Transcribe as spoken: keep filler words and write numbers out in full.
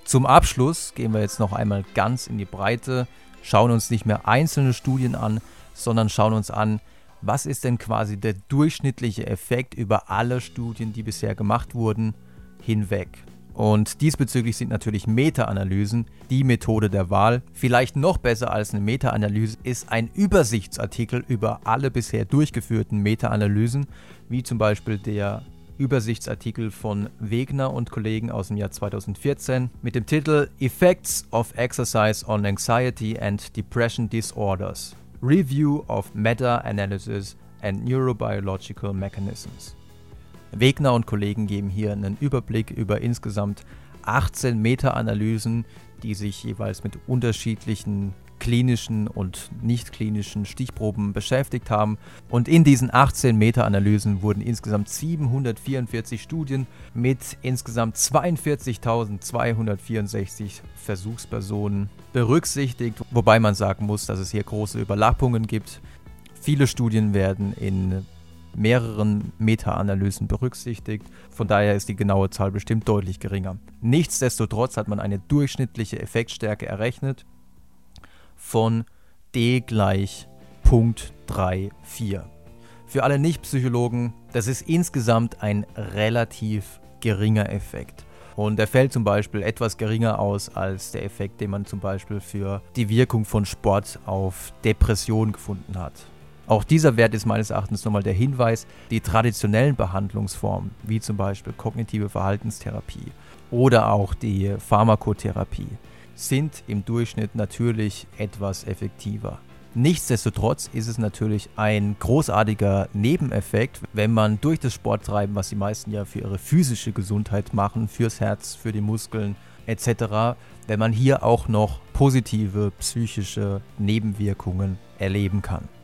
Zum Abschluss gehen wir jetzt noch einmal ganz in die Breite, schauen uns nicht mehr einzelne Studien an, sondern schauen uns an, was ist denn quasi der durchschnittliche Effekt über alle Studien, die bisher gemacht wurden, hinweg. Und diesbezüglich sind natürlich Meta-Analysen die Methode der Wahl. Vielleicht noch besser als eine Meta-Analyse ist ein Übersichtsartikel über alle bisher durchgeführten Meta-Analysen, wie zum Beispiel der Übersichtsartikel von Wegner und Kollegen aus dem Jahr zweitausendvierzehn mit dem Titel Effects of Exercise on Anxiety and Depression Disorders. Review of Meta-Analysis and Neurobiological Mechanisms. Wegner und Kollegen geben hier einen Überblick über insgesamt achtzehn Meta-Analysen, die sich jeweils mit unterschiedlichen klinischen und nicht klinischen Stichproben beschäftigt haben. Und in diesen achtzehn Meta-Analysen wurden insgesamt siebenhundertvierundvierzig Studien mit insgesamt zweiundvierzigtausendzweihundertvierundsechzig Versuchspersonen berücksichtigt, wobei man sagen muss, dass es hier große Überlappungen gibt. Viele Studien werden in mehreren Meta-Analysen berücksichtigt, von daher ist die genaue Zahl bestimmt deutlich geringer. Nichtsdestotrotz hat man eine durchschnittliche Effektstärke errechnet von D gleich Punkt vierunddreißig. Für alle Nicht-Psychologen, das ist insgesamt ein relativ geringer Effekt. Und der fällt zum Beispiel etwas geringer aus als der Effekt, den man zum Beispiel für die Wirkung von Sport auf Depression gefunden hat. Auch dieser Wert ist meines Erachtens nochmal der Hinweis, die traditionellen Behandlungsformen, wie zum Beispiel kognitive Verhaltenstherapie oder auch die Pharmakotherapie, sind im Durchschnitt natürlich etwas effektiver. Nichtsdestotrotz ist es natürlich ein großartiger Nebeneffekt, wenn man durch das Sporttreiben, was die meisten ja für ihre physische Gesundheit machen, fürs Herz, für die Muskeln et cetera, wenn man hier auch noch positive psychische Nebenwirkungen erleben kann.